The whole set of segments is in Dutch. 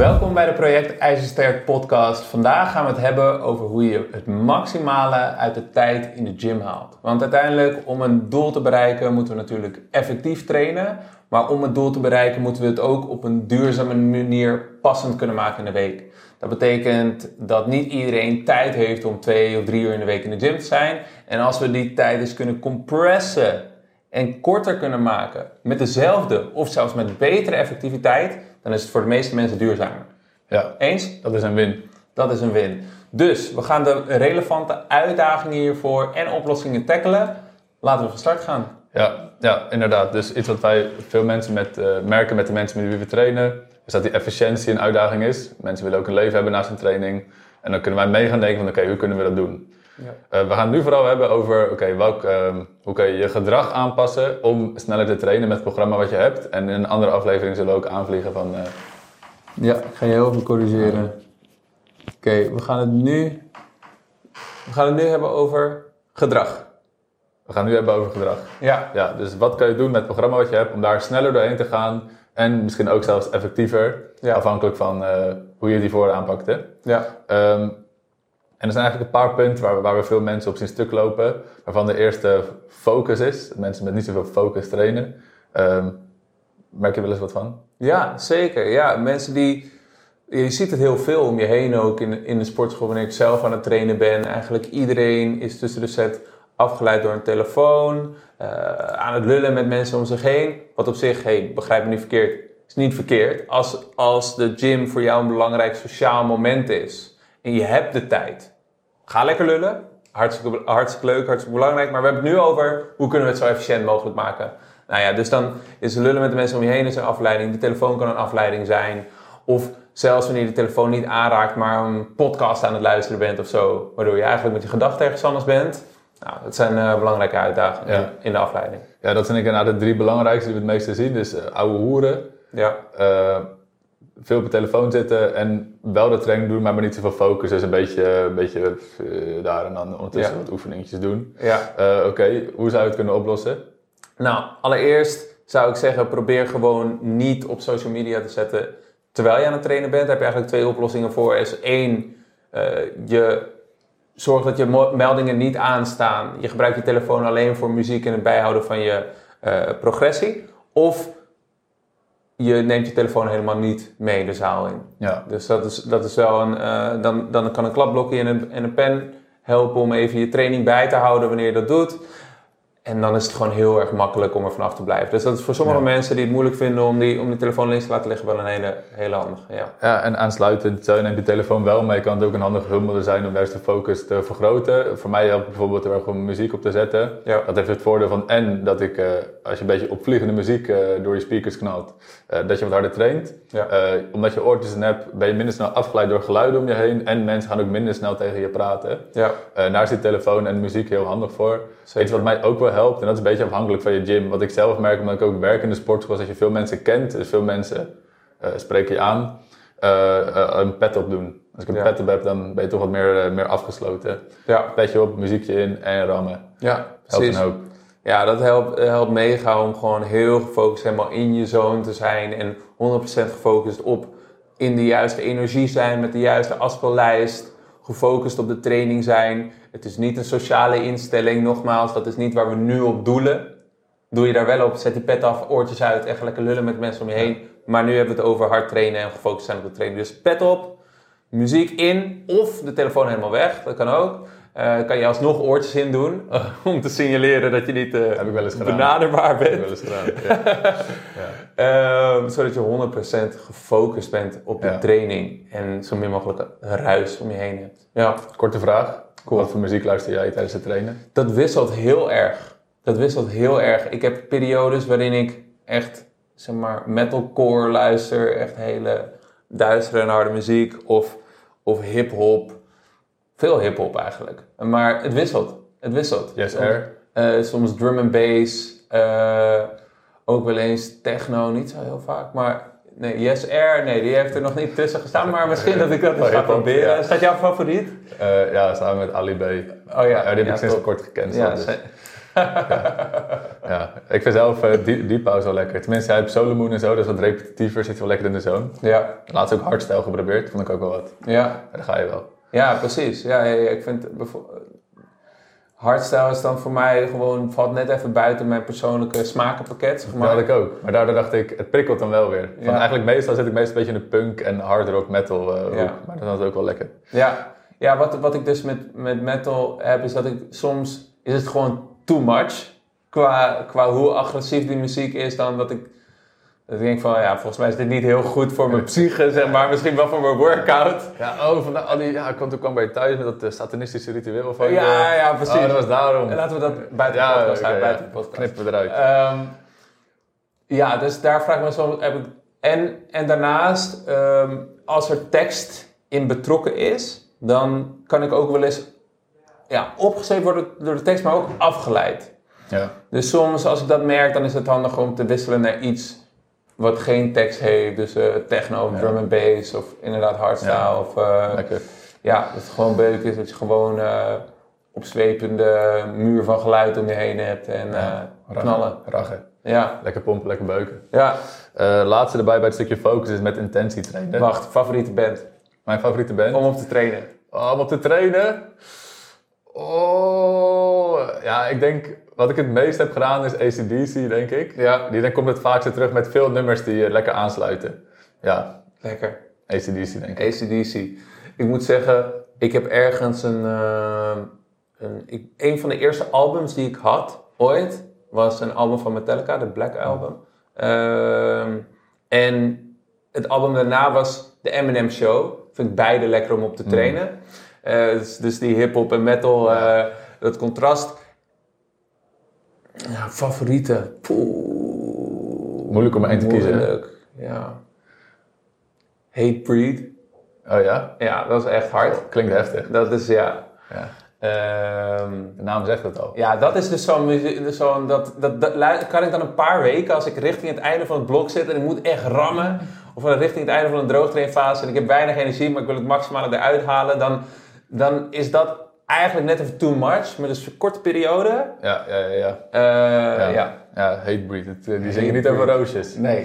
Welkom bij de Project IJzersterk podcast. Vandaag gaan we het hebben over hoe je het maximale uit de tijd in de gym haalt. Want uiteindelijk, om een doel te bereiken, moeten we natuurlijk effectief trainen. Maar om het doel te bereiken, moeten we het ook op een duurzame manier passend kunnen maken in de week. Dat betekent dat niet iedereen tijd heeft om 2 of 3 uur in de week in de gym te zijn. En als we die tijd dus kunnen compressen en korter kunnen maken met dezelfde of zelfs met betere effectiviteit, dan is het voor de meeste mensen duurzamer. Ja, Eens? dat is een win. Dat is een win. Dus we gaan de relevante uitdagingen hiervoor en oplossingen tackelen. Laten we van start gaan. Ja, inderdaad. Dus iets wat wij veel mensen merken met de mensen met wie we trainen, is dat die efficiëntie een uitdaging is. Mensen willen ook een leven hebben naast een training. En dan kunnen wij mee gaan denken van hoe kunnen we dat doen? Ja. We gaan het nu vooral hebben over hoe kun je je gedrag aanpassen om sneller te trainen met het programma wat je hebt. En in een andere aflevering zullen we ook aanvliegen van... Ja, ik ga je heel even corrigeren. Oké, we gaan het nu hebben over gedrag. We gaan het nu hebben over gedrag. Ja, dus wat kun je doen met het programma wat je hebt om daar sneller doorheen te gaan. En misschien ook zelfs effectiever, afhankelijk van hoe je die voor aanpakte. Ja. En er zijn eigenlijk een paar punten waar we veel mensen op zien stuk lopen. Waarvan de eerste focus is. Dat mensen met niet zoveel focus trainen. Merk je wel eens wat van? Ja, zeker. Ja, mensen die... Je ziet het heel veel om je heen ook in de sportschool wanneer ik zelf aan het trainen ben. Eigenlijk iedereen is tussen de set afgeleid door een telefoon. Aan het lullen met mensen om zich heen. Wat op zich, begrijp me niet verkeerd, is niet verkeerd. Als de gym voor jou een belangrijk sociaal moment is. En je hebt de tijd. Ga lekker lullen. Hartstikke leuk, hartstikke belangrijk. Maar we hebben het nu over hoe kunnen we het zo efficiënt mogelijk maken. Nou ja, dus dan is lullen met de mensen om je heen is een afleiding. De telefoon kan een afleiding zijn. Of zelfs wanneer je de telefoon niet aanraakt, maar een podcast aan het luisteren bent of zo. Waardoor je eigenlijk met je gedachten ergens anders bent. Nou, dat zijn belangrijke uitdagingen in de afleiding. Ja, dat zijn inderdaad de 3 belangrijkste die we het meeste zien. Dus ouwe hoeren. Ja. Veel op de telefoon zitten en wel de training doen, maar niet zoveel focus. Dus een beetje daar en dan ondertussen wat oefeningetjes doen. Ja. Hoe zou je het kunnen oplossen? Nou, allereerst zou ik zeggen, probeer gewoon niet op social media te zetten terwijl je aan het trainen bent. Daar heb je eigenlijk 2 oplossingen voor. Is 1, je zorgt dat je meldingen niet aanstaan. Je gebruikt je telefoon alleen voor muziek en het bijhouden van je progressie. Of je neemt je telefoon helemaal niet mee de zaal in. Ja. Dus dat is wel een... Dan kan een klapblokje en een pen helpen om even je training bij te houden wanneer je dat doet. En dan is het gewoon heel erg makkelijk om er vanaf te blijven. Dus dat is voor sommige mensen die het moeilijk vinden om die telefoon links te laten liggen wel een hele handige. Ja, en aansluitend, zo neem je telefoon wel mee, kan het ook een handig hulpmiddel zijn om juist de focus te vergroten. Voor mij helpt bijvoorbeeld er gewoon muziek op te zetten. Ja. Dat heeft het voordeel van dat ik, als je een beetje opvliegende muziek door je speakers knalt, dat je wat harder traint. Ja. Omdat je oortjes in hebt, ben je minder snel afgeleid door geluiden om je heen. En mensen gaan ook minder snel tegen je praten. Ja. Daar is die telefoon en muziek heel handig voor. Zeker. Iets wat mij ook wel helpt, en dat is een beetje afhankelijk van je gym. Wat ik zelf merk, omdat ik ook werk in de sportschool, is dat je veel mensen kent. Dus veel mensen spreken je aan. Een pet op doen. Als ik een pet op heb, dan ben je toch wat meer afgesloten. Ja. Petje op, muziekje in en rammen. Ja, helpt een hoop. Ja, dat helpt mega om gewoon heel gefocust helemaal in je zone te zijn. En 100% gefocust op in de juiste energie zijn, met de juiste afspeellijst. Gefocust op de training zijn. Het is niet een sociale instelling, nogmaals. Dat is niet waar we nu op doelen. Doe je daar wel op, zet die pet af, oortjes uit, echt lekker lullen met mensen om je heen. Maar nu hebben we het over hard trainen en gefocust zijn op de training. Dus pet op, muziek in of de telefoon helemaal weg. Dat kan ook. Kan je alsnog oortjes in doen om te signaleren dat je niet benaderbaar bent. Heb ik wel eens gedaan. Ja. Zodat je 100% gefocust bent op de training en zo min mogelijk ruis om je heen hebt. Ja. Korte vraag. Cool. Wat voor muziek luister jij tijdens het trainen? Dat wisselt heel erg. Ik heb periodes waarin ik echt metalcore luister, echt hele duistere en harde muziek of hip-hop. Veel hip-hop eigenlijk. Maar het wisselt. Yes, Air. Soms drum and bass. Ook wel eens techno, niet zo heel vaak. Maar nee, Yes Air, die heeft er nog niet tussen gestaan. Maar misschien dat ik dat eens ga proberen. Is dat jouw favoriet? Ja, samen met Ali B. Oh ja. Die heb ik sinds kort gekend. Ja, dus. Ja, ik vind zelf deep house wel lekker. Tenminste, hij heeft Solomon en zo, dat is wat repetitiever, zit wel lekker in de zone. Ja. Laatst ook hardstyle geprobeerd, vond ik ook wel wat. Ja. Daar ga je wel. Ja, precies. Ja, ik vind hardstyle is dan voor mij gewoon, valt net even buiten mijn persoonlijke smakenpakket. Zeg maar. Dat had ik ook. Maar daardoor dacht ik, het prikkelt dan wel weer. Van eigenlijk meestal zit ik meestal een beetje in de punk en hard rock metal hoek. Maar dat is ook wel lekker. Ja, wat ik dus met metal heb, is dat ik soms, is het gewoon too much. Qua hoe agressief die muziek is, dan dat ik denk van, ja, volgens mij is dit niet heel goed voor mijn psyche, zeg maar. Misschien wel voor mijn workout. Toen kwam bij je thuis met dat satanistische ritueel van ja, precies. Oh, dat was daarom. En laten we dat buiten de podcast uit. Buiten de podcast. Knippen we eruit. Dus daar vraag ik me zo... En daarnaast, als er tekst in betrokken is, dan kan ik ook wel eens opgeschreven worden door de tekst, maar ook afgeleid. Ja. Dus soms, als ik dat merk, dan is het handig om te wisselen naar iets wat geen tekst heeft. Dus techno of drum and bass of inderdaad hardstyle. Ja. Of dat het gewoon beuk is, dat je gewoon opzwepende muur van geluid om je heen hebt en knallen. Raggen. Ja. Lekker pompen, lekker beuken. Ja. Laatste erbij bij het stukje focus is met intentie trainen. Wacht, favoriete band? Mijn favoriete band? Om op te trainen. Om op te trainen? Ja, ik denk, wat ik het meest heb gedaan is AC/DC, denk ik. Ja. Dan komt het vaakst terug met veel nummers die lekker aansluiten. Ja. Lekker. AC/DC, denk ik. AC/DC. Ik moet zeggen, ik heb ergens een van de eerste albums die ik had, ooit, was een album van Metallica, de Black Album. En het album daarna was The Eminem Show. Vind ik beide lekker om op te trainen. Dus die hip-hop en metal, dat contrast. Ja, favorieten. Moeilijk om één te kiezen. Ja. Hatebreed. Oh ja? Ja, dat is echt hard. Klinkt heftig. Dat is, ja. De naam zegt het al. Ja, dat is dus zo'n dat kan ik dan een paar weken, als ik richting het einde van het blok zit en ik moet echt rammen, of richting het einde van een droogtrainfase en ik heb weinig energie, maar ik wil het maximale eruit halen, dan is dat eigenlijk net even too much, maar dus een korte periode. Ja, Hatebreed. Die zingen niet over roosjes. Nee.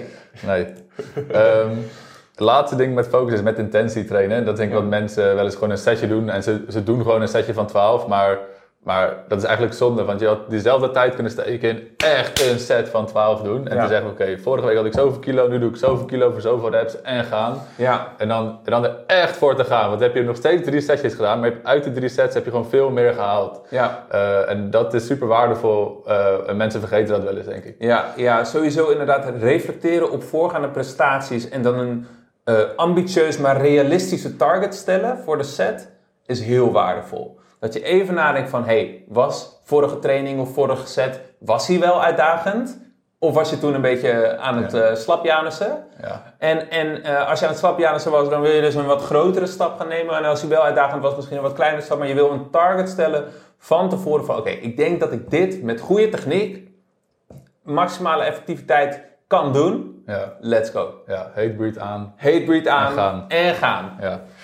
Het laatste ding met focus is met intentie trainen. Dat denk ik wat mensen wel eens gewoon een setje doen. En ze doen gewoon een setje van 12. Maar dat is eigenlijk zonde. Want je had diezelfde tijd kunnen steken in echt een set van 12 doen. En te zeggen, oké, vorige week had ik zoveel kilo. Nu doe ik zoveel kilo voor zoveel reps en gaan. Ja. En dan er echt voor te gaan. Want dan heb je nog steeds 3 setjes gedaan. Maar uit de 3 sets heb je gewoon veel meer gehaald. Ja. En dat is super waardevol. En mensen vergeten dat wel eens, denk ik. Ja, sowieso inderdaad reflecteren op voorgaande prestaties. En dan een ambitieus maar realistische target stellen voor de set is heel waardevol. Dat je even nadenkt van, was vorige training of vorige set, was hij wel uitdagend? Of was je toen een beetje aan het slapjanussen? Ja. En als je aan het slapjanussen was, dan wil je dus een wat grotere stap gaan nemen. En als hij wel uitdagend was, misschien een wat kleinere stap. Maar je wil een target stellen van tevoren van, oké, ik denk dat ik dit met goede techniek, maximale effectiviteit kan doen. Ja. Let's go. Ja, Hatebreed aan. Hatebreed aan. En gaan.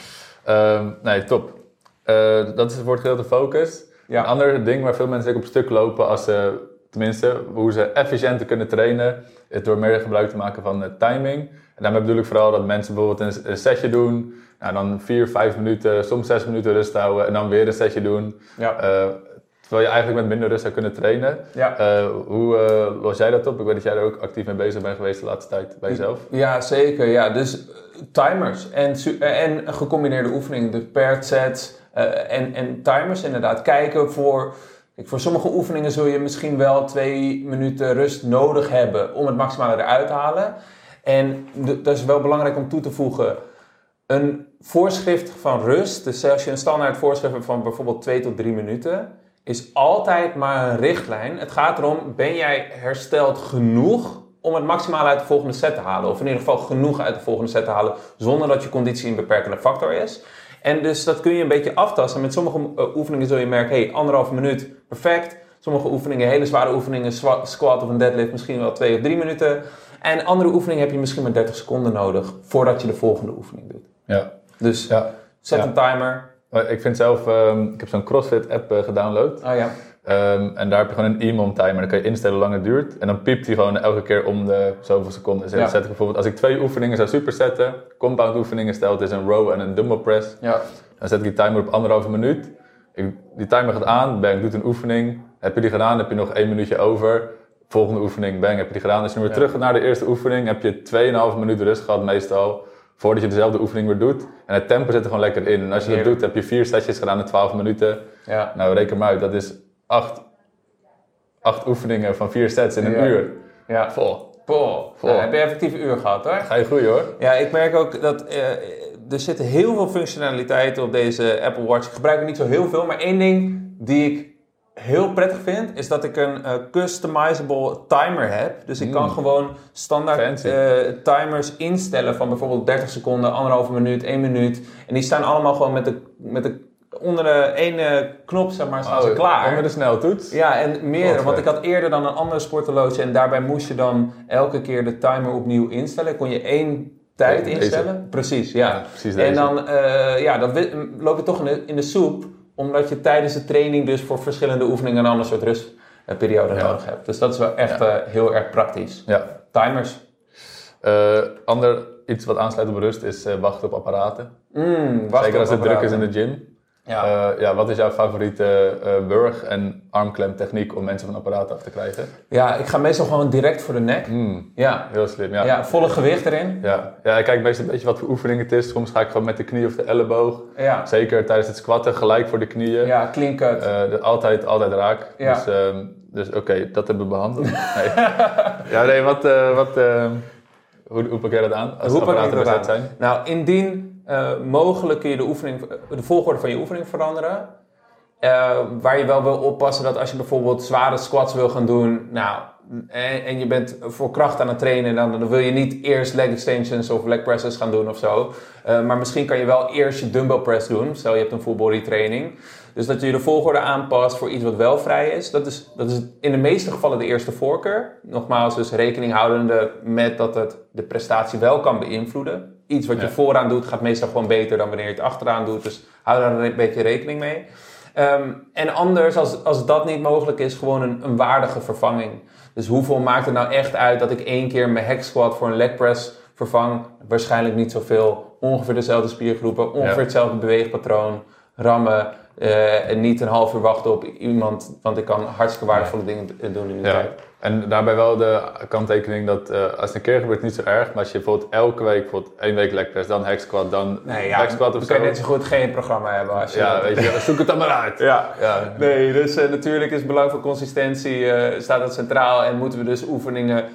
Ja. Top. Dat is voor het gedeelte focus. Ja. Een ander ding waar veel mensen op stuk lopen als ze, tenminste, hoe ze efficiënter kunnen trainen, is door meer gebruik te maken van timing. En daarmee bedoel ik vooral dat mensen bijvoorbeeld een setje doen, dan 4-5 minuten, soms 6 minuten rust houden en dan weer een setje doen. Ja. Terwijl je eigenlijk met minder rust zou kunnen trainen. Ja. Hoe los jij dat op? Ik weet dat jij er ook actief mee bezig bent geweest de laatste tijd bij jezelf. Ja, zeker. Ja. Dus timers en gecombineerde oefeningen. Dus paired sets en timers inderdaad. Kijken voor sommige oefeningen zul je misschien wel 2 minuten rust nodig hebben om het maximale eruit te halen. En dat is wel belangrijk om toe te voegen. Een voorschrift van rust, dus als je een standaard voorschrift hebt van bijvoorbeeld 2 tot 3 minuten... is altijd maar een richtlijn. Het gaat erom, ben jij hersteld genoeg om het maximale uit de volgende set te halen? Of in ieder geval genoeg uit de volgende set te halen, zonder dat je conditie een beperkende factor is. En dus dat kun je een beetje aftasten. Met sommige oefeningen zul je merken, 1,5 minuut, perfect. Sommige oefeningen, hele zware oefeningen, squat of een deadlift, misschien wel 2 of 3 minuten. En andere oefeningen heb je misschien maar 30 seconden nodig, voordat je de volgende oefening doet. Ja. Dus zet een timer. Ik vind zelf, ik heb zo'n CrossFit app gedownload. Oh ja. En daar heb je gewoon een EMOM timer. Dan kan je instellen hoe lang het duurt. En dan piept hij gewoon elke keer om de zoveel seconden. Dus dan zet ik bijvoorbeeld, als ik 2 oefeningen zou supersetten, compound oefeningen, stel het is een row en een dumbbell press. Ja. Dan zet ik die timer op 1,5 minuut. Die timer gaat aan, bang, doet een oefening. Heb je die gedaan, heb je nog 1 minuutje over. Volgende oefening, bang, heb je die gedaan. Als je nu weer terug gaat naar de eerste oefening, heb je 2,5 minuten rust gehad meestal. Voordat je dezelfde oefening weer doet. En het tempo zit er gewoon lekker in. En als je dat doet, heb je 4 setjes gedaan in 12 minuten. Ja. Nou, reken maar uit, dat is 8 oefeningen van 4 sets in een uur. Ja. Vol. Nou, heb je effectief een uur gehad, hoor. Ga je groeien, hoor. Ja, ik merk ook dat er zitten heel veel functionaliteiten op deze Apple Watch. Ik gebruik er niet zo heel veel, maar één ding die ik heel prettig vind, is dat ik een customizable timer heb. Dus ik kan gewoon standaard timers instellen van bijvoorbeeld 30 seconden, 1,5 minuut, 1 minuut. En die staan allemaal gewoon met de onder de ene knop, zeg maar, staan ze klaar. Onder de sneltoets? Ja, en meerdere. Want ik had eerder dan een ander sporthorloge en daarbij moest je dan elke keer de timer opnieuw instellen. Kon je 1 tijd instellen. Deze. Precies, ja. Precies deze. En dan loop je toch in de soep, omdat je tijdens de training dus voor verschillende oefeningen een ander soort rustperiode nodig hebt. Dus dat is wel echt heel erg praktisch. Ja. Timers. Iets wat aansluit op rust is wachten op apparaten. Zeker als het druk is in de gym. Ja. Wat is jouw favoriete wurg- en armklemtechniek om mensen van apparaten af te krijgen? Ja, ik ga meestal gewoon direct voor de nek. Ja. Heel slim, ja. Ja, volle gewicht erin. Ja, ik kijk meestal een beetje wat voor oefening het is. Soms ga ik gewoon met de knie of de elleboog. Ja. Zeker tijdens het squatten, gelijk voor de knieën. Ja, clean cut. Altijd raak. Ja. Dus oké, dat hebben we behandeld. Hoe pak jij dat aan als de apparaten bezet zijn? Nou, indien mogelijk kun je de volgorde van je oefening veranderen. Waar je wel wil oppassen dat als je bijvoorbeeld zware squats wil gaan doen, en je bent voor kracht aan het trainen, dan wil je niet eerst leg extensions of leg presses gaan doen of zo. Maar misschien kan je wel eerst je dumbbell press doen. Stel je hebt een full body training. Dus dat je de volgorde aanpast voor iets wat wel vrij is. Dat is in de meeste gevallen de eerste voorkeur. Nogmaals, dus rekening houdende met dat het de prestatie wel kan beïnvloeden. Iets wat je vooraan doet gaat meestal gewoon beter dan wanneer je het achteraan doet. Dus hou daar een beetje rekening mee. En anders, als dat niet mogelijk is, gewoon een waardige vervanging. Dus hoeveel maakt het nou echt uit dat ik 1 keer mijn hack squat voor een leg press vervang? Waarschijnlijk niet zoveel. Ongeveer dezelfde spiergroepen, ongeveer hetzelfde beweegpatroon, rammen. En niet een half uur wachten op iemand, want ik kan hartstikke waardevolle dingen doen in die tijd. En daarbij wel de kanttekening dat als het een keer gebeurt niet zo erg, maar als je bijvoorbeeld elke week, 1 week leg press, dan hack squat, dan back squat of zo. Dan kan je net zo goed geen programma hebben. Als je weet je, zoek het dan maar uit. Nee, dus natuurlijk is het belang van consistentie staat dat centraal en moeten we dus oefeningen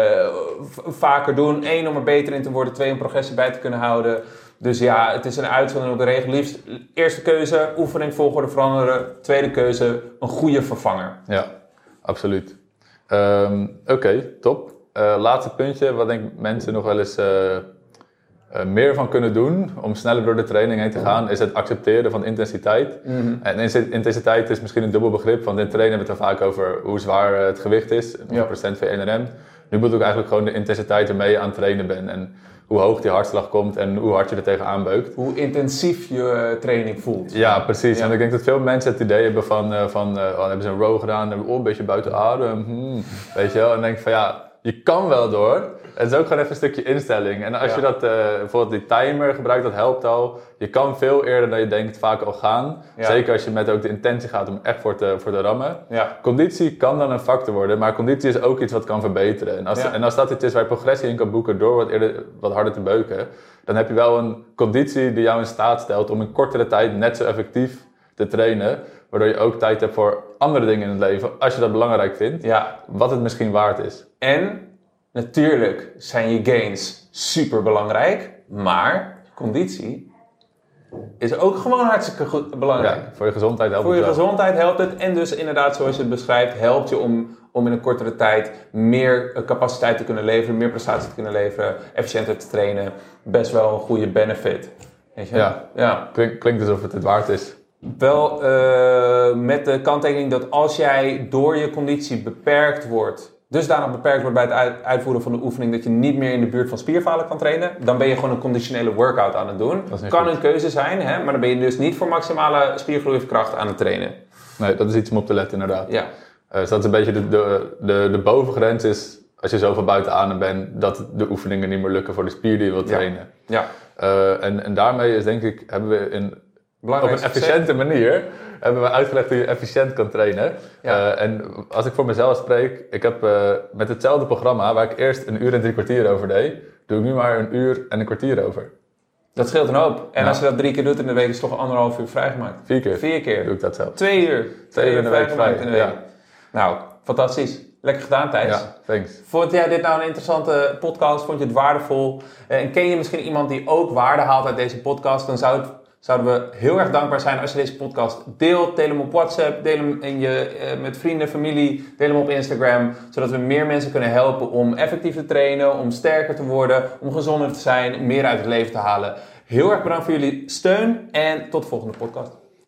vaker doen. 1, om er beter in te worden, 2, om progressie bij te kunnen houden. Dus ja, het is een uitzondering op de regel. Liefst eerste keuze, oefening, volgorde veranderen. Tweede keuze, een goede vervanger. Ja, absoluut. Oké, top. Laatste puntje, wat denk ik mensen nog wel eens meer van kunnen doen om sneller door de training heen te gaan, is het accepteren van intensiteit. En intensiteit is misschien een dubbel begrip, want in trainen hebben we het dan vaak over hoe zwaar het gewicht is, hoeveel procent van je NRM. Nu bedoel ik eigenlijk gewoon de intensiteit waarmee je aan het trainen bent en hoe hoog die hartslag komt en hoe hard je er tegenaan beukt. Hoe intensief je training voelt. Ja, precies. Ja. En ik denk dat veel mensen het idee hebben van dan hebben ze een row gedaan, hebben een beetje buiten adem, weet je wel. En dan denk ik van je kan wel door. Het is ook gewoon even een stukje instelling. En als je dat, bijvoorbeeld die timer gebruikt, dat helpt al. Je kan veel eerder dan je denkt vaak al gaan. Ja. Zeker als je met ook de intentie gaat om echt voor te rammen. Ja. Conditie kan dan een factor worden, maar conditie is ook iets wat kan verbeteren. En als dat iets is waar je progressie in kan boeken door wat harder te beuken, dan heb je wel een conditie die jou in staat stelt om in kortere tijd net zo effectief te trainen. Waardoor je ook tijd hebt voor andere dingen in het leven, als je dat belangrijk vindt. Ja. Wat het misschien waard is. En natuurlijk zijn je gains super belangrijk, maar conditie is ook gewoon hartstikke goed belangrijk. Ja, voor je gezondheid helpt het. Voor je gezondheid helpt het. En dus inderdaad, zoals je het beschrijft, helpt je om in een kortere tijd meer capaciteit te kunnen leveren, meer prestatie te kunnen leveren, efficiënter te trainen. Best wel een goede benefit. Weet je? Ja. Klinkt alsof het waard is. Wel met de kanttekening dat als jij door je conditie dusdanig beperkt wordt bij het uitvoeren van de oefening dat je niet meer in de buurt van spierfalen kan trainen, dan ben je gewoon een conditionele workout aan het doen. Kan een keuze zijn, maar dan ben je dus niet voor maximale spiergroei of kracht aan het trainen. Nee, dat is iets om op te letten inderdaad. Ja. Dus dat is een beetje de bovengrens is, als je zoveel buiten adem bent, dat de oefeningen niet meer lukken voor de spier die je wilt trainen. Ja. En daarmee is denk ik, hebben we op een efficiënte manier hebben we uitgelegd hoe je efficiënt kan trainen. Ja. En als ik voor mezelf spreek, ik heb met hetzelfde programma, waar ik eerst 1 uur en 3 kwartier over deed, doe ik nu maar 1 uur en een kwartier over. Dat scheelt een hoop. En als je dat 3 keer doet in de week, is het toch 1,5 uur vrijgemaakt. 4 keer. 4 keer. Doe ik dat zelf. 2 uur. 2 uur in de week vrij. In de week. Ja. Nou, fantastisch. Lekker gedaan, Thijs. Ja, thanks. Vond jij dit nou een interessante podcast? Vond je het waardevol? En ken je misschien iemand die ook waarde haalt uit deze podcast? Dan zouden we heel erg dankbaar zijn als je deze podcast deelt. Deel hem op WhatsApp, deel hem met vrienden, familie, deel hem op Instagram. Zodat we meer mensen kunnen helpen om effectief te trainen, om sterker te worden, om gezonder te zijn, meer uit het leven te halen. Heel erg bedankt voor jullie steun en tot de volgende podcast.